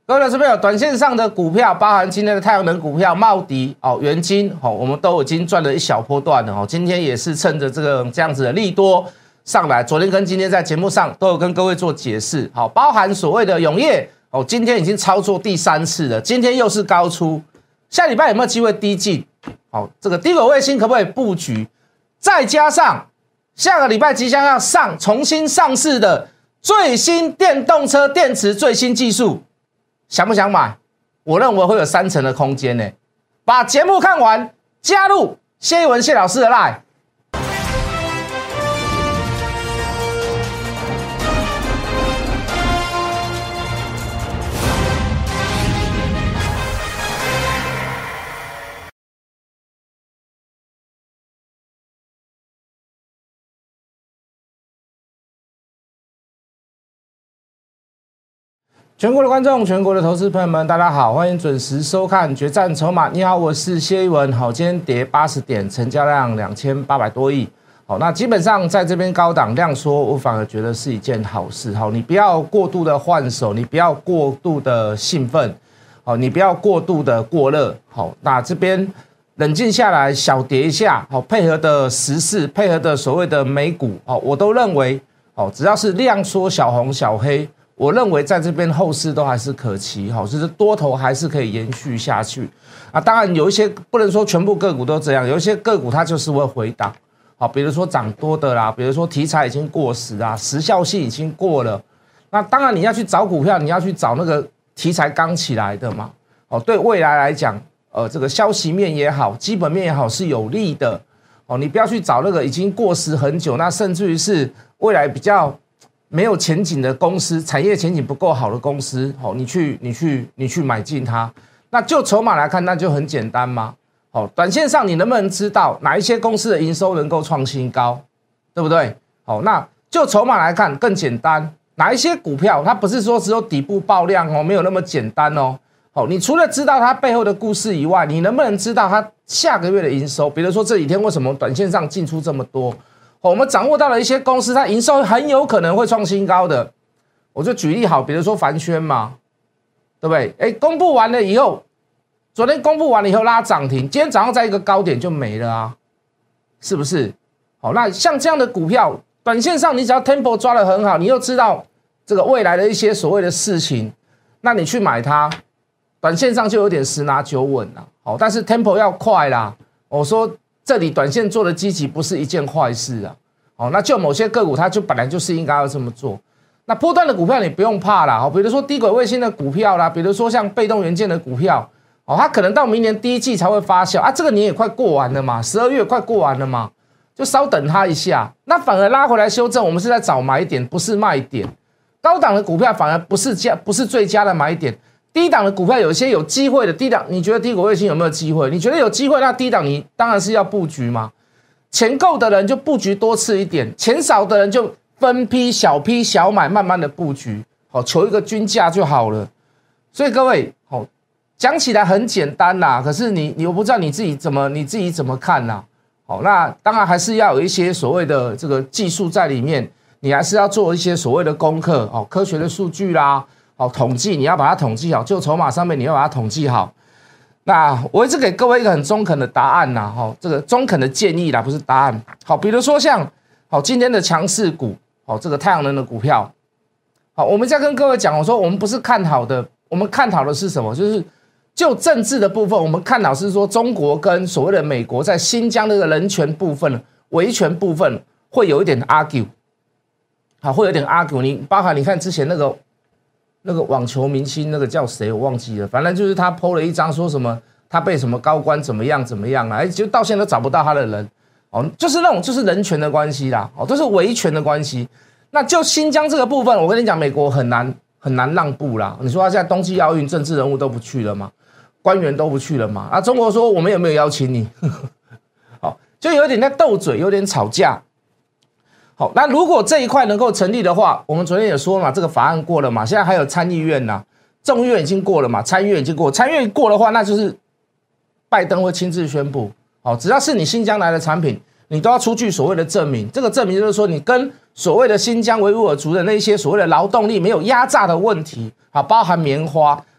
各位投资朋友，短线上的股票，包含今天的太阳能股票、茂迪、元晶，我们都已经赚了一小波段了。今天也是趁着这样子的利多上来，昨天跟今天在节目上都有跟各位做解释。好，包含所谓的永业，今天已经操作第3次了，今天又是高出，下礼拜有没有机会低进？好，这个低轨卫星可不可以布局？再加上下个礼拜即将要重新上市的最新电动车电池最新技术。想不想买？我认为会有3成的空间呢。把节目看完，加入谢一文谢老师的 LINE。全国的观众，全国的投资朋友们，大家好，欢迎准时收看《决战筹码》。你好，我是谢一文。好，今天跌80点，成交量2800多亿。好，那基本上在这边高档量缩，我反而觉得是一件好事。好，你不要过度的换手，你不要过度的兴奋，好，你不要过度的过热。好，那这边冷静下来，小跌一下，好，配合的时事，配合的所谓的美股，好，我都认为，好，只要是量缩小红小黑。我认为在这边后市都还是可期，好，就是多头还是可以延续下去啊。当然有一些不能说全部个股都这样，有一些个股它就是会回档，好，比如说涨多的啦，比如说题材已经过时啦，时效性已经过了。那当然你要去找股票，你要去找那个题材刚起来的嘛，哦，对未来来讲，这个消息面也好，基本面也好是有利的，哦，你不要去找那个已经过时很久，那甚至于是未来比较没有前景的公司，产业前景不够好的公司，好，你去买进它。那就筹码来看，那就很简单嘛。好，短线上你能不能知道哪一些公司的营收能够创新高，对不对？好，那就筹码来看更简单，哪一些股票它不是说只有底部爆量哦，没有那么简单哦。好，你除了知道它背后的故事以外，你能不能知道它下个月的营收？比如说这几天为什么短线上进出这么多？我们掌握到了一些公司，它营收很有可能会创新高的，我就举例好，比如说凡轩嘛，对不对？公布完了以后，昨天公布完了以后拉涨停，今天早上在一个高点就没了啊，是不是？好，那像这样的股票，短线上你只要 tempo 抓得很好，你又知道这个未来的一些所谓的事情，那你去买它，短线上就有点10拿9稳了。好，但是 tempo 要快啦，我说。这里短线做的积极不是一件坏事啊，好，那就某些个股它就本来就是应该要这么做。那波段的股票你不用怕啦，比如说低轨卫星的股票啦，比如说像被动元件的股票，它可能到明年第1季才会发酵啊，这个年也快过完了嘛，12月快过完了嘛，就稍等它一下。那反而拉回来修正，我们是在找买点，不是卖点。高档的股票反而不是最佳的买点。低档的股票有一些有机会的，低档你觉得低轨卫星有没有机会？你觉得有机会，那低档你当然是要布局嘛。钱够的人就布局多次一点，钱少的人就分批小买，慢慢的布局，好，求一个均价就好了。所以各位，好，讲起来很简单啦，可是你我不知道你自己怎么看啦。好，那当然还是要有一些所谓的这个技术在里面，你还是要做一些所谓的功课，科学的数据啦。好，统计你要把它统计好，就筹码上面你要把它统计好。那我一直给各位一个很中肯的答案啦，这个中肯的建议啦，不是答案。好，比如说像今天的强势股，这个太阳能的股票，好，我们在跟各位讲，我说我们不是看好的，我们看好的是什么？就是就政治的部分，我们看好是说中国跟所谓的美国在新疆的人权部分、维权部分会有一点 argue， 好，会有点 argue。你包含你看之前那个网球明星，那个叫谁我忘记了，反正就是他 po 了一张说什么他被什么高官怎么样啦，就到现在都找不到他的人，就是那种就是人权的关系啦，都是维权的关系。那就新疆这个部分，我跟你讲，美国很难让步啦。你说他现在冬季奥运政治人物都不去了嘛，官员都不去了嘛，中国说我们有没有邀请你？好，就有点在斗嘴，有点吵架。好，那如果这一块能够成立的话，我们昨天也说了嘛，这个法案过了嘛，现在还有参议院呐，众议院已经过了嘛，参议院已经过，参议院过的话，那就是拜登会亲自宣布，好，只要是你新疆来的产品，你都要出具所谓的证明，这个证明就是说你跟所谓的新疆维吾尔族的那些所谓的劳动力没有压榨的问题，好，包含棉花，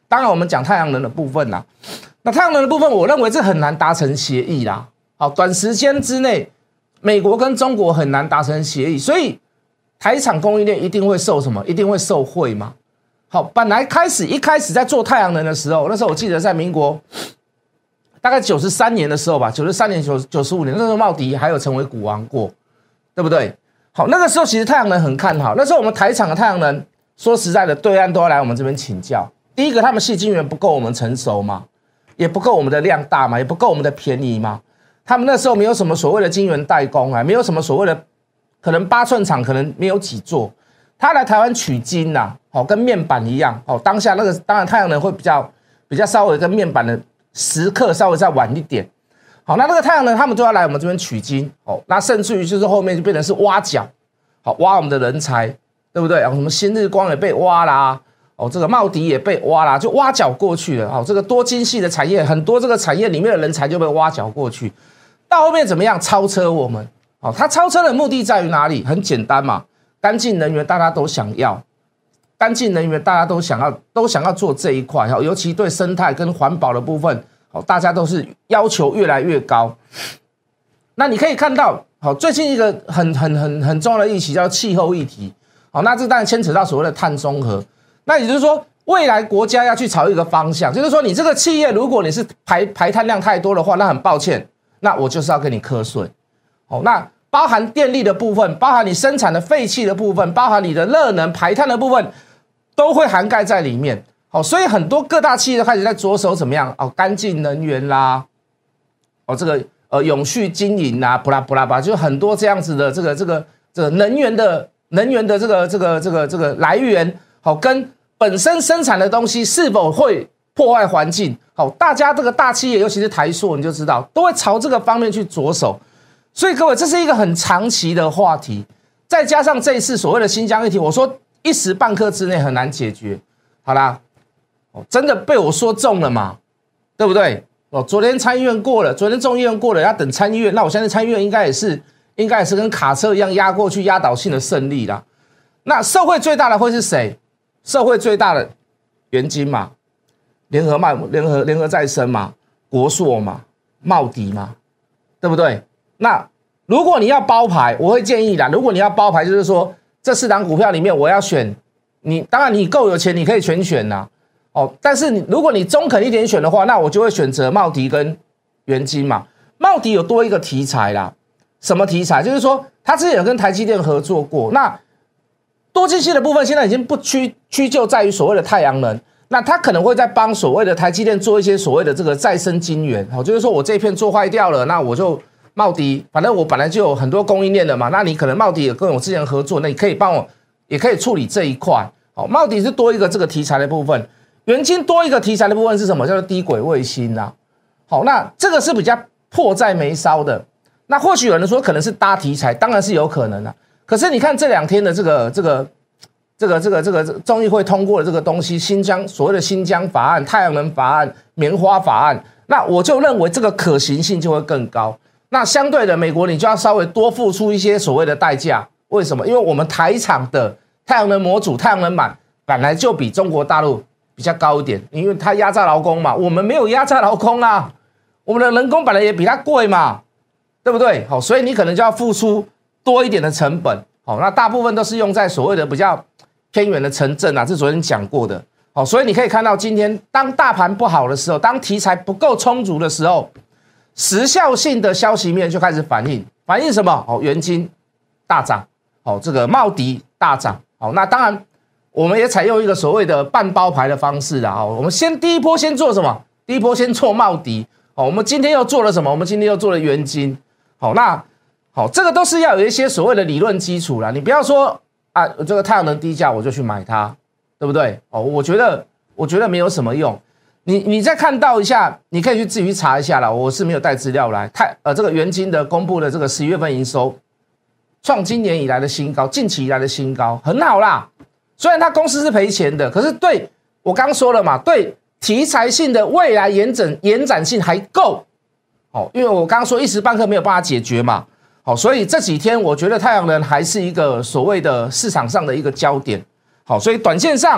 当然我们讲太阳能的部分啦，那太阳能的部分，我认为这很难达成协议啦。好，短时间之内，美国跟中国很难达成协议，所以台厂供应链一定会受什么？一定会受惠嘛。好，本来一开始在做太阳能的时候，那时候我记得在民国大概93年的时候吧，93年、95年，那时候茂迪还有成为股王过，对不对？好，那个时候其实太阳能很看好，那时候我们台厂的太阳能，说实在的，对岸都要来我们这边请教。第一个，他们矽晶圆不够我们成熟嘛，也不够我们的量大嘛，也不够我们的便宜嘛。他们那时候没有什么所谓的晶圆代工啊，没有什么所谓的可能8寸厂可能没有几座。他来台湾取晶呐，跟面板一样，当下那个当然太阳能会比较稍微跟面板的时刻稍微再晚一点。好，那个太阳能他们就要来我们这边取晶，那甚至于就是后面就变成是挖角，挖我们的人才，对不对？什么新日光也被挖啦，这个茂迪也被挖啦，就挖角过去了。这个多晶系的产业，很多这个产业里面的人才就被挖角过去，到后面怎么样？超车我们。它超车的目的在于哪里？很简单嘛。干净能源大家都想要，干净能源大家都想要做这一块，尤其对生态跟环保的部分，大家都是要求越来越高。那你可以看到，最近一个很重要的议题叫气候议题，那这当然牵扯到所谓的碳中和。那也就是说，未来国家要去朝一个方向，就是说你这个企业如果你是排碳量太多的话，那很抱歉，那我就是要跟你课税。那包含电力的部分，包含你生产的废气的部分，包含你的热能排碳的部分，都会涵盖在里面。所以很多各大企业都开始在着手怎么样？干净能源啦，这个永续经营啦，不啦，就很多这样子的这个能源的这个来源，跟本身生产的东西是否会破坏环境？大家这个大企业，尤其是台塑，你就知道都会朝这个方面去着手。所以各位，这是一个很长期的话题，再加上这一次所谓的新疆议题，我说一时半刻之内很难解决。好啦，真的被我说中了嘛，对不对？昨天参议院过了，昨天众议院过了，要等参议院，那我相信参议院应该也是跟卡车一样压过去，压倒性的胜利啦。那受惠最大的会是谁？受惠最大的元晶嘛，联合再生嘛，国硕嘛，茂迪嘛，对不对？那如果你要包牌，我会建议啦。如果你要包牌，就是说这4档股票里面我要选你，当然你够有钱，你可以全选啦。但是如果你中肯一点选的话，那我就会选择茂迪跟元晶嘛。茂迪有多一个题材啦，什么题材？就是说他之前有跟台积电合作过。那多晶系的部分现在已经不屈就在于所谓的太阳能，那他可能会在帮所谓的台积电做一些所谓的这个再生晶圆。就是说我这片做坏掉了，那我就茂迪，反正我本来就有很多供应链的嘛，那你可能茂迪也跟我之前合作，那你可以帮我，也可以处理这一块。茂迪是多一个这个题材的部分，元晶多一个题材的部分是什么？叫做低轨卫星啦。那这个是比较迫在眉梢的。那或许有人说可能是搭题材，当然是有可能啦。可是你看这2天的这个众议会通过的这个东西，所谓的新疆法案、太阳能法案、棉花法案，那我就认为这个可行性就会更高。那相对的，美国你就要稍微多付出一些所谓的代价。为什么？因为我们台厂的太阳能模组、太阳能板本来就比中国大陆比较高一点，因为它压榨劳工嘛，我们没有压榨劳工啊，我们的人工本来也比它贵嘛，对不对？所以你可能就要付出多一点的成本。那大部分都是用在所谓的比较偏远的城镇啊，这昨天讲过的。所以你可以看到今天当大盘不好的时候，当题材不够充足的时候，时效性的消息面就开始反映什么？元晶大涨，这个茂迪大涨。那当然我们也采用一个所谓的半包牌的方式啦。我们第一波先做什么？第一波先做茂迪。我们今天又做了什么？我们今天又做了元晶。这个都是要有一些所谓的理论基础啦。你不要说啊，这个太阳能低价我就去买它，对不对？我觉得没有什么用。你再看到一下，你可以去自己去查一下啦。我是没有带资料来。这个元晶的公布的这个11月份营收，创今年以来的新高，近期以来的新高，很好啦。虽然它公司是赔钱的，可是对我刚说了嘛，对题材性的未来延展性还够。因为我刚刚说一时半刻没有办法解决嘛。所以这几天我觉得太阳能还是一个所谓的市场上的一个焦点。所以短线上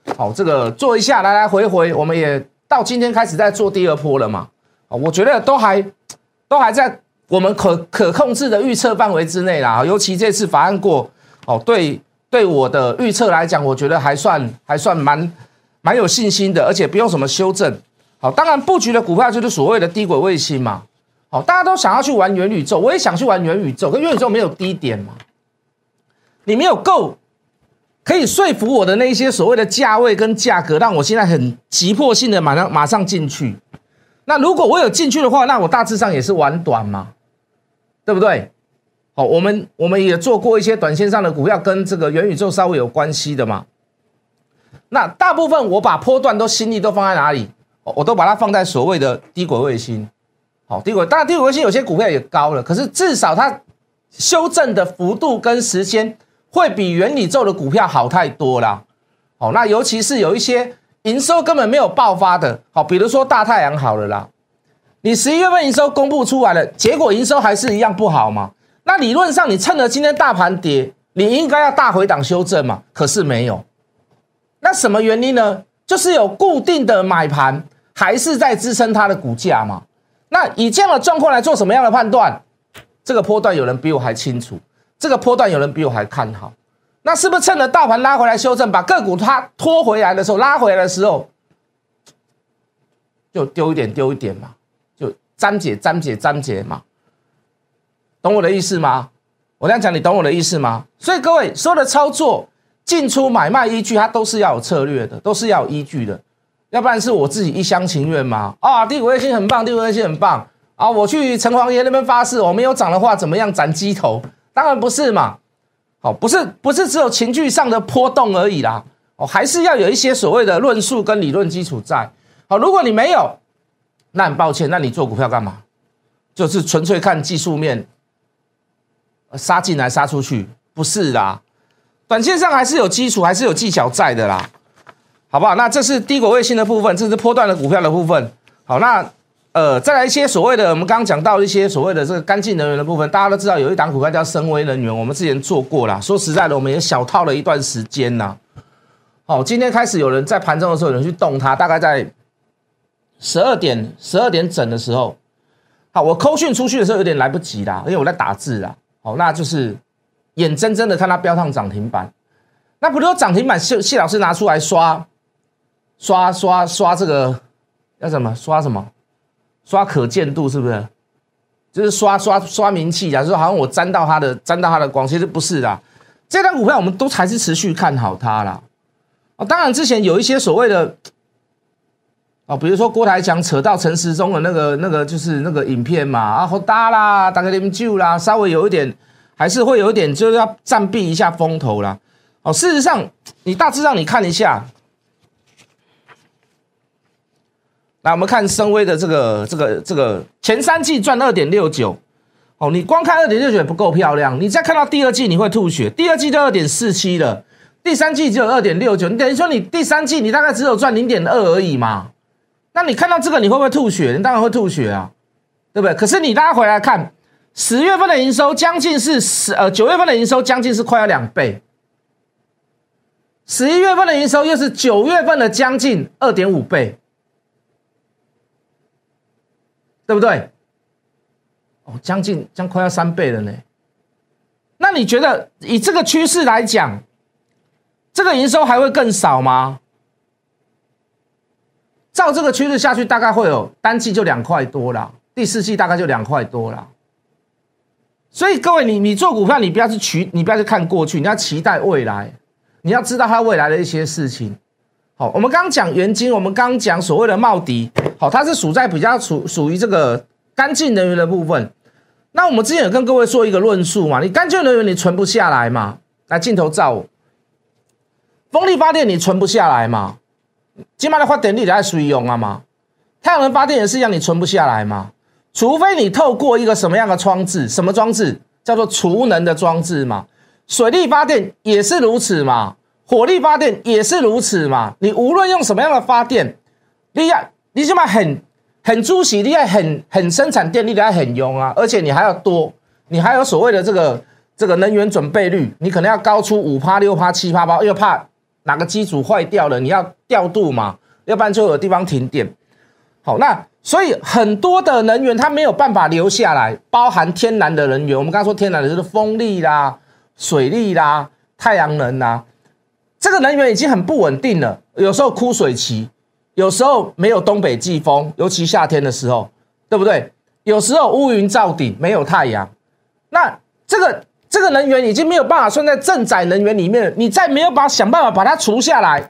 好，这个做一下来来回回，我们也到今天开始在做第二波了嘛。我觉得都还在我们可控制的预测范围之内啦。尤其这次法案过，对我的预测来讲，我觉得还算蛮有信心的，而且不用什么修正。好，当然布局的股票就是所谓的低轨卫星嘛。好，大家都想要去玩元宇宙，我也想去玩元宇宙，可元宇宙没有低点嘛，你没有够可以说服我的那些所谓的价位跟价格，让我现在很急迫性的马上进去。那如果我有进去的话，那我大致上也是玩短嘛，对不对？好，我们也做过一些短线上的股票跟这个元宇宙稍微有关系的嘛。那大部分我把波段心力都放在哪里？我都把它放在所谓的低轨卫星。好，当然低轨卫星有些股票也高了，可是至少它修正的幅度跟时间会比元宇宙的股票好太多啦。好，那尤其是有一些营收根本没有爆发的，好，比如说大太阳好了啦，你11月份营收公布出来了，结果营收还是一样不好嘛？那理论上你趁着今天大盘跌，你应该要大回档修正嘛，可是没有。那什么原因呢？就是有固定的买盘还是在支撑它的股价嘛。那以这样的状况来做什么样的判断？这个波段有人比我还清楚，这个波段有人比我还看好。那是不是趁着大盘拉回来修正，把个股它拖回来的时候，拉回来的时候，就丢一点嘛，就沾解嘛，懂我的意思吗？我这样讲你懂我的意思吗？所以各位所有的操作进出买卖依据，它都是要有策略的，都是要有依据的，要不然是我自己一厢情愿嘛。啊，低轨卫星很棒，低轨卫星很棒啊！我去城隍爷那边发誓，我没有涨的话怎么样斩鸡头？当然不是嘛。好，不是只有情绪上的波动而已啦。哦，还是要有一些所谓的论述跟理论基础在。好，如果你没有，那很抱歉，那你做股票干嘛？就是纯粹看技术面，杀进来杀出去，不是啦。短线上还是有基础，还是有技巧在的啦，好不好？那这是低轨卫星的部分，这是波段的股票的部分。好，那再来一些所谓的，我们刚刚讲到一些所谓的这个干净能源的部分，大家都知道有一档股票叫深威能源，我们之前做过啦。说实在的，我们也小套了一段时间啦。好，今天开始有人在盘中的时候有人去动它，大概在12点整的时候，好，我扣讯出去的时候有点来不及啦，因为我在打字啦。好，那就是眼睁睁的看它飙上涨停板。那不就涨停板，谢老师拿出来刷这个要什么？刷什么？刷可见度是不是？就是刷名气啊，就是好像我沾到它的光，其实不是啦。这档股票我们都还是持续看好它啦。当然之前有一些所谓的比如说郭台强扯到陈时中的那个就是那个影片嘛，好大啦，大概啉酒啦，稍微有一点还是会有一点就是要暂避一下风头啦。事实上你大致上你看一下。来，我们看深威的这个前3季赚 2.69， 你光看 2.69 也不够漂亮，你再看到第二季你会吐血，第二季就 2.47 了，第3季只有 2.69， 你等于说你第3季你大概只有赚 0.2 而已嘛，那你看到这个你会不会吐血？你当然会吐血啊，对不对？可是你拉回来看10月份的营收将近是9月份的营收将近是快要2倍，11月份的营收又是9月份的将近 2.5 倍，对不对？将快要3倍了呢。那你觉得以这个趋势来讲，这个营收还会更少吗？照这个趋势下去，大概会有单季就2块多啦，第4季大概就2块多啦。所以各位，你做股票，你不要去看过去，你要期待未来，你要知道它未来的一些事情。好，我们刚刚讲元晶，我们刚刚讲所谓的茂迪，好，它是比较属于这个干净能源的部分。那我们之前有跟各位说一个论述嘛，你干净能源你存不下来嘛，来镜头照我，风力发电你存不下来嘛，现在的发电你得随用啊嘛，太阳能发电也是一样，你存不下来嘛，除非你透过一个什么样的装置，什么装置叫做储能的装置嘛，水力发电也是如此嘛。火力发电也是如此嘛，你无论用什么样的发电，你起码很主席，你要很生产电力，你要很用啊，而且你还要多，你还有所谓的这个能源准备率，你可能要高出5%、6%、7%，因为怕哪个机组坏掉了，你要调度嘛，要不然就有地方停电。好，那所以很多的能源它没有办法留下来，包含天然的能源。我们刚刚说天然的就是风力啦、水力啦、太阳能啦，这个能源已经很不稳定了。有时候枯水期，有时候没有东北季风，尤其夏天的时候，对不对？有时候乌云罩顶，没有太阳。那这个能源已经没有办法算在正载能源里面了，你再没有想办法把它除下来，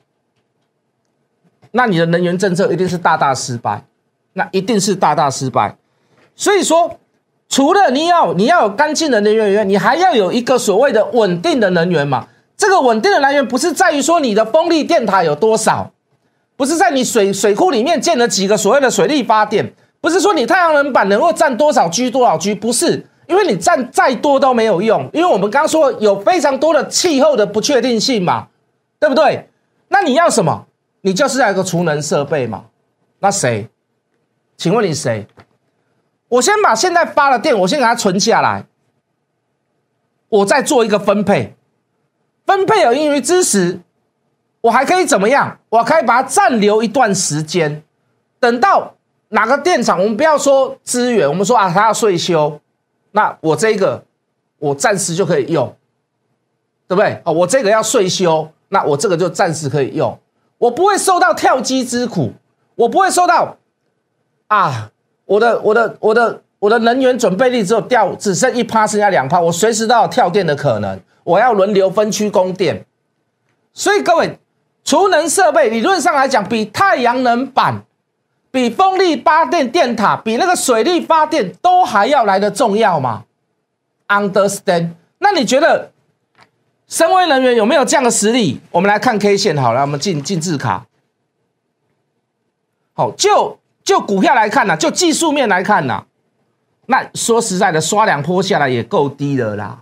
那你的能源政策一定是大大失败，那一定是大大失败。所以说，除了你要有干净的能源以外，你还要有一个所谓的稳定的能源嘛。这个稳定的来源不是在于说你的风力电塔有多少，不是在你水库里面建了几个所谓的水力发电，不是说你太阳能板能够占多少 G 多少 G， 不是。因为你占再多都没有用，因为我们刚刚说有非常多的气候的不确定性嘛，对不对？那你要什么？你就是要一个储能设备嘛。那谁？请问你谁？我先把现在发的电，我先给它存下来，我再做一个分配。分配有盈余之时，我还可以怎么样？我可以把它暂留一段时间，等到哪个电厂，我们不要说资源，我们说它要税收。那我这个我暂时就可以用，对不对？我这个要税收，那我这个就暂时可以用，我不会受到跳机之苦，我不会受到我的能源准备力只剩1%，剩下2%，我随时都有跳电的可能，我要轮流分区供电。所以各位，储能设备理论上来讲，比太阳能板、比风力发电电塔、比那个水力发电都还要来得重要嘛 ？Understand？ 那你觉得深威能源有没有这样的实力？我们来看 K 线好了，我们进字卡。好，就股票来看呢，就技术面来看呢，那说实在的，刷2波下来也够低了啦，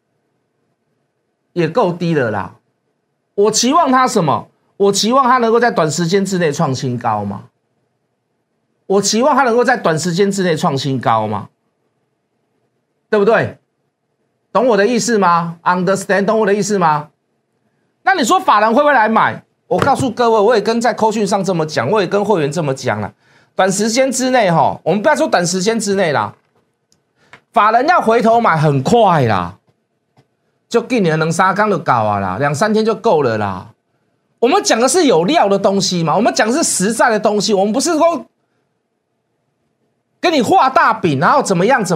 也够低了啦。我期望它什么？我期望它能够在短时间之内创新高嘛。我期望它能够在短时间之内创新高嘛，对不对？懂我的意思吗 ？Understand？ 懂我的意思吗？那你说法人会不会来买？我告诉各位，我也跟在扣讯上这么讲，我也跟会员这么讲了。短时间之内我们不要说短时间之内啦，法人要回头买很快啦，就今年2-3天就搞啊啦，2-3天就够了啦。我们讲的是有料的东西嘛，我们讲的是实在的东西，我们不是说跟你画大饼，然后怎么样。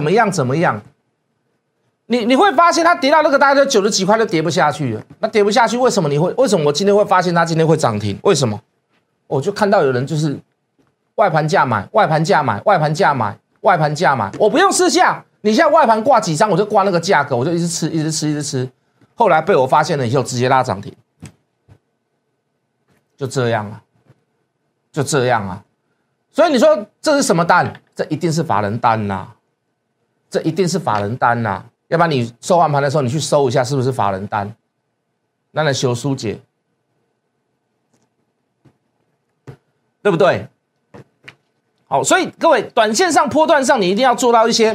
你会发现它跌到那个大概就90几块就跌不下去了。那跌不下去，为什么我今天会发现它今天会涨停？为什么？我就看到有人就是外盘价买，外盘价买，外盘价买，外盘价买。我不用试价，你现在外盘挂几张，我就挂那个价格，我就一直吃。后来被我发现了以后，直接拉涨停，就这样啊。所以你说这是什么单？这一定是法人单呐，要不然你收完盘的时候，你去搜一下是不是法人单，那来修书解，对不对？好，所以各位，短线上、波段上，你一定要做到一些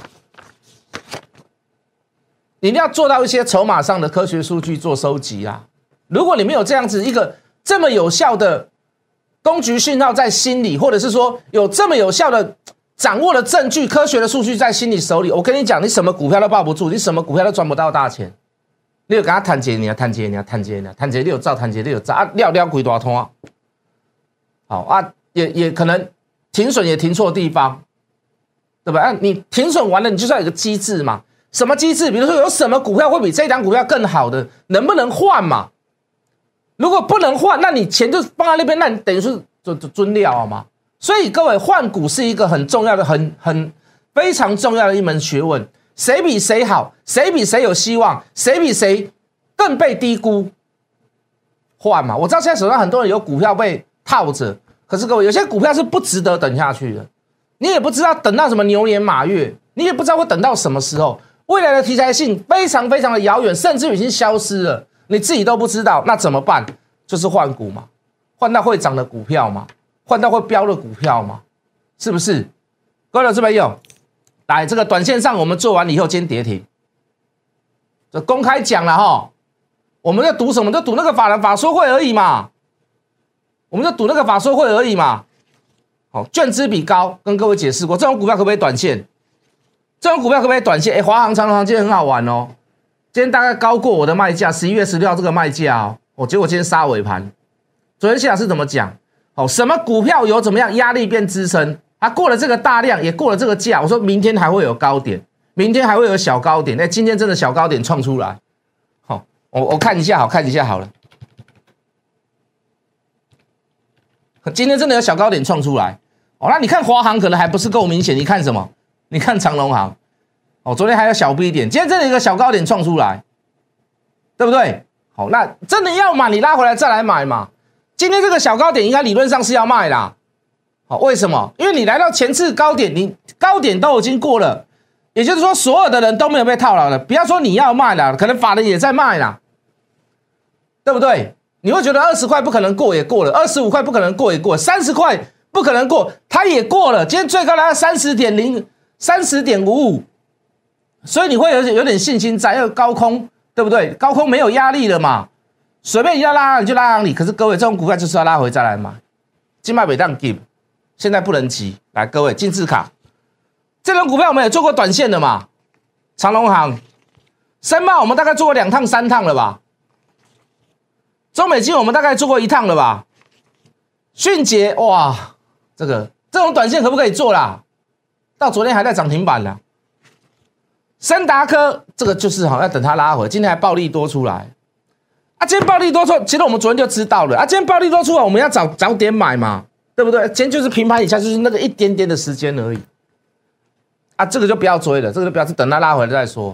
筹码上的科学数据做收集啊。如果你没有这样子一个这么有效的攻击讯号在心里，或者是说有这么有效的掌握的证据、科学的数据在心里手里，我跟你讲，你什么股票都抱不住，你什么股票都赚不到大钱。你有跟他谈结，你有照谈结，你有照啊，料几大通啊？好啊，也可能停损也停错地方，对吧？你停损完了，你就是要有一个机制嘛。什么机制？比如说有什么股票会比这档股票更好的，能不能换嘛？如果不能换，那你钱就放在那边，那你等于是就尊料嘛。所以各位，换股是一个很重要的、非常重要的一门学问。谁比谁好，谁比谁有希望，谁比谁更被低估，换嘛。我知道现在手上很多人有股票被套着，可是各位，有些股票是不值得等下去的。你也不知道等到什么牛年马月，你也不知道会等到什么时候。未来的题材性非常的遥远，甚至已经消失了，你自己都不知道，那怎么办？就是换股嘛，换到会涨的股票嘛，换到会飙的股票嘛，是不是？各位老师朋友，来这个短线上我们做完以后，今天跌停，这公开讲了哈， 我们在赌什么？就赌那个法人法说会而已嘛，我们就赌那个法说会而已嘛。好，券资比高，跟各位解释过，这种股票可不可以短线？这种股票可不可以短线？华航、长荣航今天很好玩哦，今天大概高过我的卖价，11月16号这个卖价哦，结果今天杀尾盘。昨天谢老师怎么讲？什么股票有怎么样压力变支撑？它过了这个大量，也过了这个价，我说明天还会有高点，明天还会有小高点。今天真的小高点创出来。好，我看一下，看一下好了。今天真的有小高点创出来。那你看华航可能还不是够明显，你看什么？你看长荣航。昨天还有小 B 点，今天真的有一个小高点创出来，对不对？好，那真的要买，你拉回来再来买嘛。今天这个小高点应该理论上是要卖啦。好，为什么？因为你来到前次高点，你高点都已经过了，也就是说所有的人都没有被套牢了。不要说你要卖了，可能法人也在卖啦，对不对？你会觉得20块不可能过，也过了；25块不可能过，也过了；30块不可能过，它也过了。今天最高来到30.55，所以你会有点信心在，因为高空，对不对？高空没有压力了嘛，随便你要拉你就拉你。可是各位，这种股票就是要拉回再来买，今麦北当 give， 现在不能急。来，各位，金字卡这种股票我们也做过短线的嘛，长荣航、深茂我们大概做过2趟3趟了吧？中美金我们大概做过1趟了吧？迅捷哇，这种短线可不可以做啦？到昨天还在涨停板啦。森达科这个就是要等它拉回，今天还暴利多出来今天暴利多出来，其实我们昨天就知道了今天暴利多出来，我们要早点买嘛，对不对？今天就是平盘以下，就是那个一点点的时间而已这个就不要追了，这个就不要等它拉回来再说。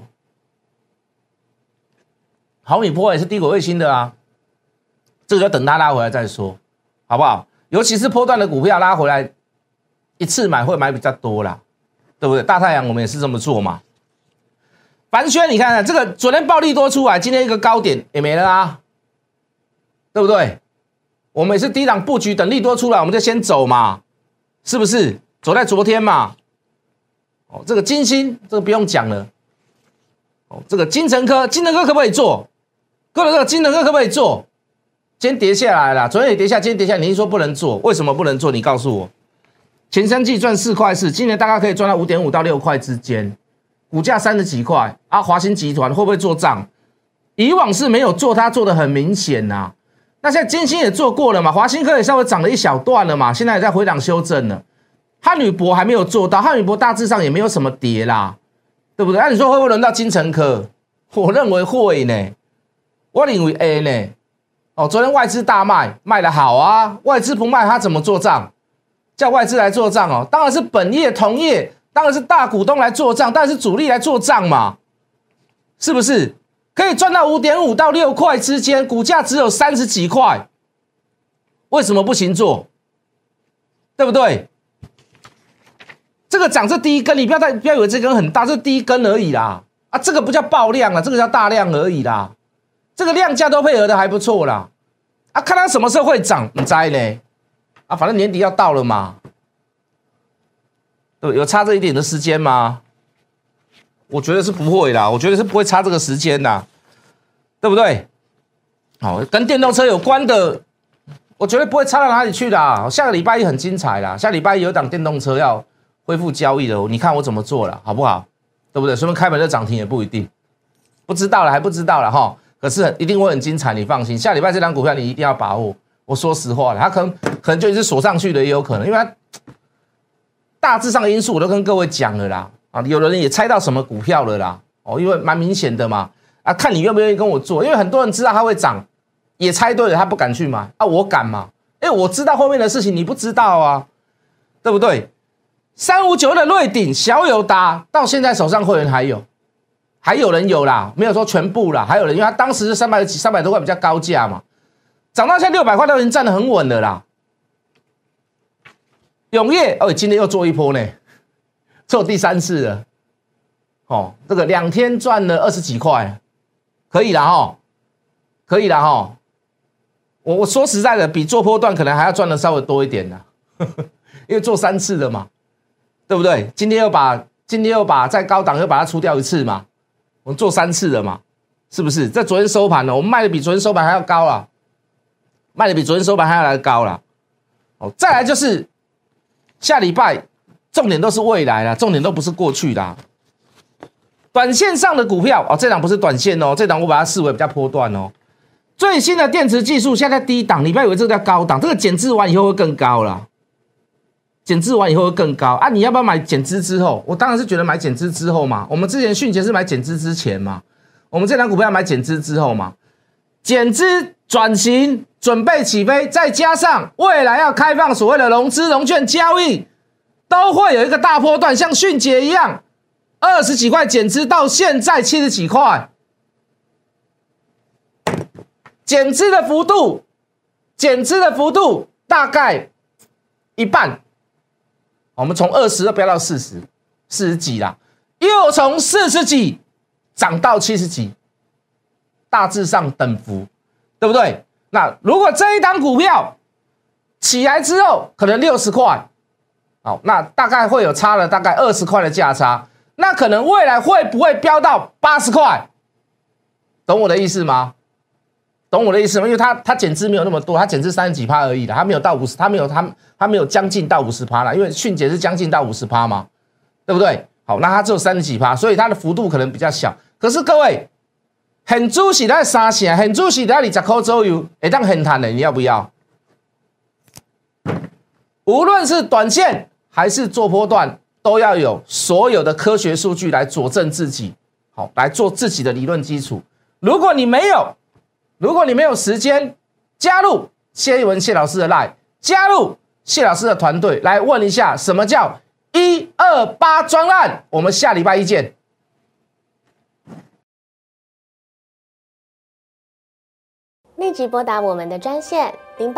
毫米波也是低轨卫星的这个就等它拉回来再说，好不好？尤其是波段的股票拉回来，一次买会买比较多啦，对不对？大太阳我们也是这么做嘛。凡轩，你看这个昨天暴利多出来，今天一个高点也没了对不对？我们也是低档布局，等利多出来我们就先走嘛，是不是？走在昨天嘛。这个金星这个不用讲了。这个金城科可不可以做？各位，这个金城科可不可以做？今天跌下来了，昨天也跌下，今天跌下，你一说不能做，为什么不能做？你告诉我。前3季赚4块4，今年大概可以赚到5.5到6块之间，股价30几块华新集团会不会做账？以往是没有做，它做的很明显那现在金星也做过了嘛，华新科也稍微涨了一小段了嘛，现在也在回档修正了。汉语博还没有做到，汉语博大致上也没有什么跌啦，对不对？你说会不会轮到金城科？我认为会呢，我认为会呢。昨天外资大卖，卖得好外资不卖，他怎么做账？叫外资来做账当然是本业同业，当然是大股东来做账，当然是主力来做账嘛，是不是？可以赚到5.5到6块之间，股价只有30几块，为什么不行做？对不对？这个涨这第一根，你不要以为这根很大，这第一根而已啦这个不叫爆量这个叫大量而已啦。这个量价都配合的还不错啦看它什么时候会涨，不知道呢反正年底要到了嘛，对，有差这一点的时间吗？我觉得是不会啦，我觉得是不会差这个时间啦，对不对？跟电动车有关的，我绝对不会差到哪里去啦。下个礼拜一很精彩啦，下礼拜一有档电动车要恢复交易的，你看我怎么做了，好不好？对不对？顺便开门就涨停也不一定，不知道了还不知道了可是一定会很精彩，你放心。下礼拜这档股票你一定要把握。我说实话了，它可能就一直锁上去的也有可能，因为它大致上的因素我都跟各位讲了啦有的人也猜到什么股票了啦因为蛮明显的嘛看你愿不愿意跟我做，因为很多人知道它会涨，也猜对了，他不敢去买我敢嘛？因为我知道后面的事情你不知道对不对？359的瑞鼎、小友达到现在手上会员还有人有啦，没有说全部啦，还有人，因为他当时是300多块比较高价嘛，涨到现在600块都已经站得很稳了啦。永业今天又做一波呢，做第3次了，这个2天赚了20几块，可以啦可以啦我说实在的，比做波段可能还要赚的稍微多一点啦，因为做3次了嘛，对不对？今天又把在高档又把它出掉一次嘛。我们做3次了嘛， 是不是？这昨天收盘了，我们卖的比昨天收盘还要高啦，卖的比昨天收盘还要来高啦。哦，再来就是下礼拜，重点都是未来啦，重点都不是过去啦。短线上的股票哦，这档不是短线哦，这档我把它视为比较波段哦。最新的电池技术现在低档，你不要以为这个叫高档，这个减资完以后会更高啦。减资完以后会更高啊！你要不要买减资之后？我当然是觉得买减资之后嘛。我们之前讯捷是买减资之前嘛，我们这档股票买减资之后嘛。减资转型准备起飞，再加上未来要开放所谓的融资融券交易，都会有一个大波段，像讯捷一样，20几块减资到现在70几块，减资的幅度大概一半。我们从20飙到40几啦，又从40几涨到70几，大致上等幅，对不对？那如果这一档股票起来之后，可能60块，好，那大概会有差了大概20块的价差，那可能未来会不会飙到80块？懂我的意思吗？懂我的意思吗？因为它减资没有那么多，它减资30几%而已啦，它没有到50%，它没有将近到50%啦，因为讯捷是将近到50%嘛，对不对？好，那它只有30几%，所以它的幅度可能比较小。可是各位，很主席在3成，很主席在20块左右，会当很谈的，你要不要？无论是短线还是做波段，都要有所有的科学数据来佐证自己，好，来做自己的理论基础。如果你没有时间加入谢一文谢老师的 LINE， 加入谢老师的团队来问一下什么叫128专案，我们下礼拜一见。 立即拨打我们的专线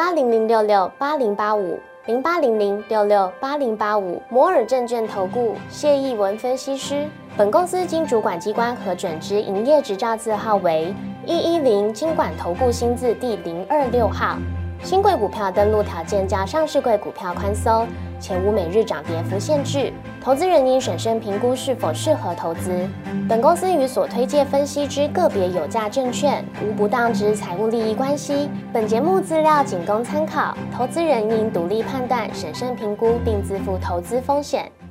08006680850800668085摩尔证券投顾谢一文分析师。本公司经主管机关核准之营业执照字号为110金管投顾新字第026号。新贵股票登录条件较上市贵股票宽松，且无每日涨跌幅限制。投资人应审慎评估是否适合投资。本公司与所推介分析之个别有价证券无不当之财务利益关系。本节目资料仅供参考，投资人应独立判断、审慎评估并自负投资风险。